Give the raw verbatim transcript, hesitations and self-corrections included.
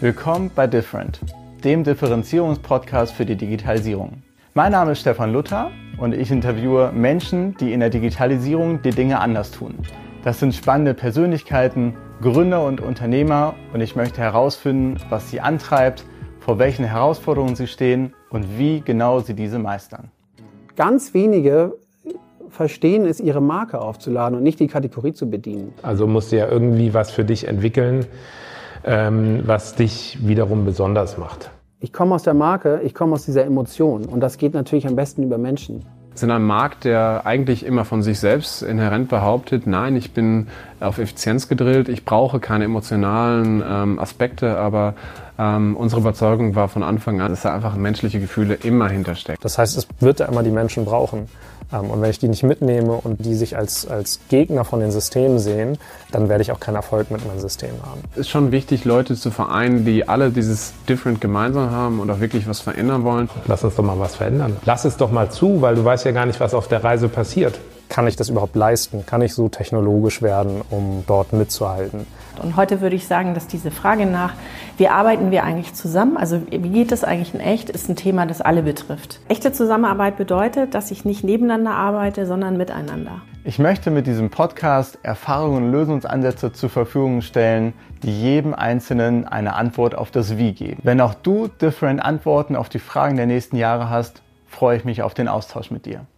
Willkommen bei Different, dem Differenzierungspodcast für die Digitalisierung. Mein Name ist Stefan Luther und ich interviewe Menschen, die in der Digitalisierung die Dinge anders tun. Das sind spannende Persönlichkeiten, Gründer und Unternehmer und ich möchte herausfinden, was sie antreibt, vor welchen Herausforderungen sie stehen und wie genau sie diese meistern. Ganz wenige verstehen es, ihre Marke aufzuladen und nicht die Kategorie zu bedienen. Also musst du ja irgendwie was für dich entwickeln, ähm, was dich wiederum besonders macht. Ich komme aus der Marke, ich komme aus dieser Emotion und das geht natürlich am besten über Menschen. Wir sind ein Markt, der eigentlich immer von sich selbst inhärent behauptet, nein, ich bin auf Effizienz gedrillt, ich brauche keine emotionalen ähm, Aspekte, aber ähm, unsere Überzeugung war von Anfang an, dass da einfach menschliche Gefühle immer hinterstecken. Das heißt, es wird da immer die Menschen brauchen. Und wenn ich die nicht mitnehme und die sich als, als Gegner von den Systemen sehen, dann werde ich auch keinen Erfolg mit meinem System haben. Es ist schon wichtig, Leute zu vereinen, die alle dieses Different gemeinsam haben und auch wirklich was verändern wollen. Lass uns doch mal was verändern. Lass es doch mal zu, weil du weißt ja gar nicht, was auf der Reise passiert. Kann ich das überhaupt leisten? Kann ich so technologisch werden, um dort mitzuhalten? Und heute würde ich sagen, dass diese Frage nach, wie arbeiten wir eigentlich zusammen, also wie geht es eigentlich in echt, ist ein Thema, das alle betrifft. Echte Zusammenarbeit bedeutet, dass ich nicht nebeneinander arbeite, sondern miteinander. Ich möchte mit diesem Podcast Erfahrungen und Lösungsansätze zur Verfügung stellen, die jedem Einzelnen eine Antwort auf das Wie geben. Wenn auch du different Antworten auf die Fragen der nächsten Jahre hast, freue ich mich auf den Austausch mit dir.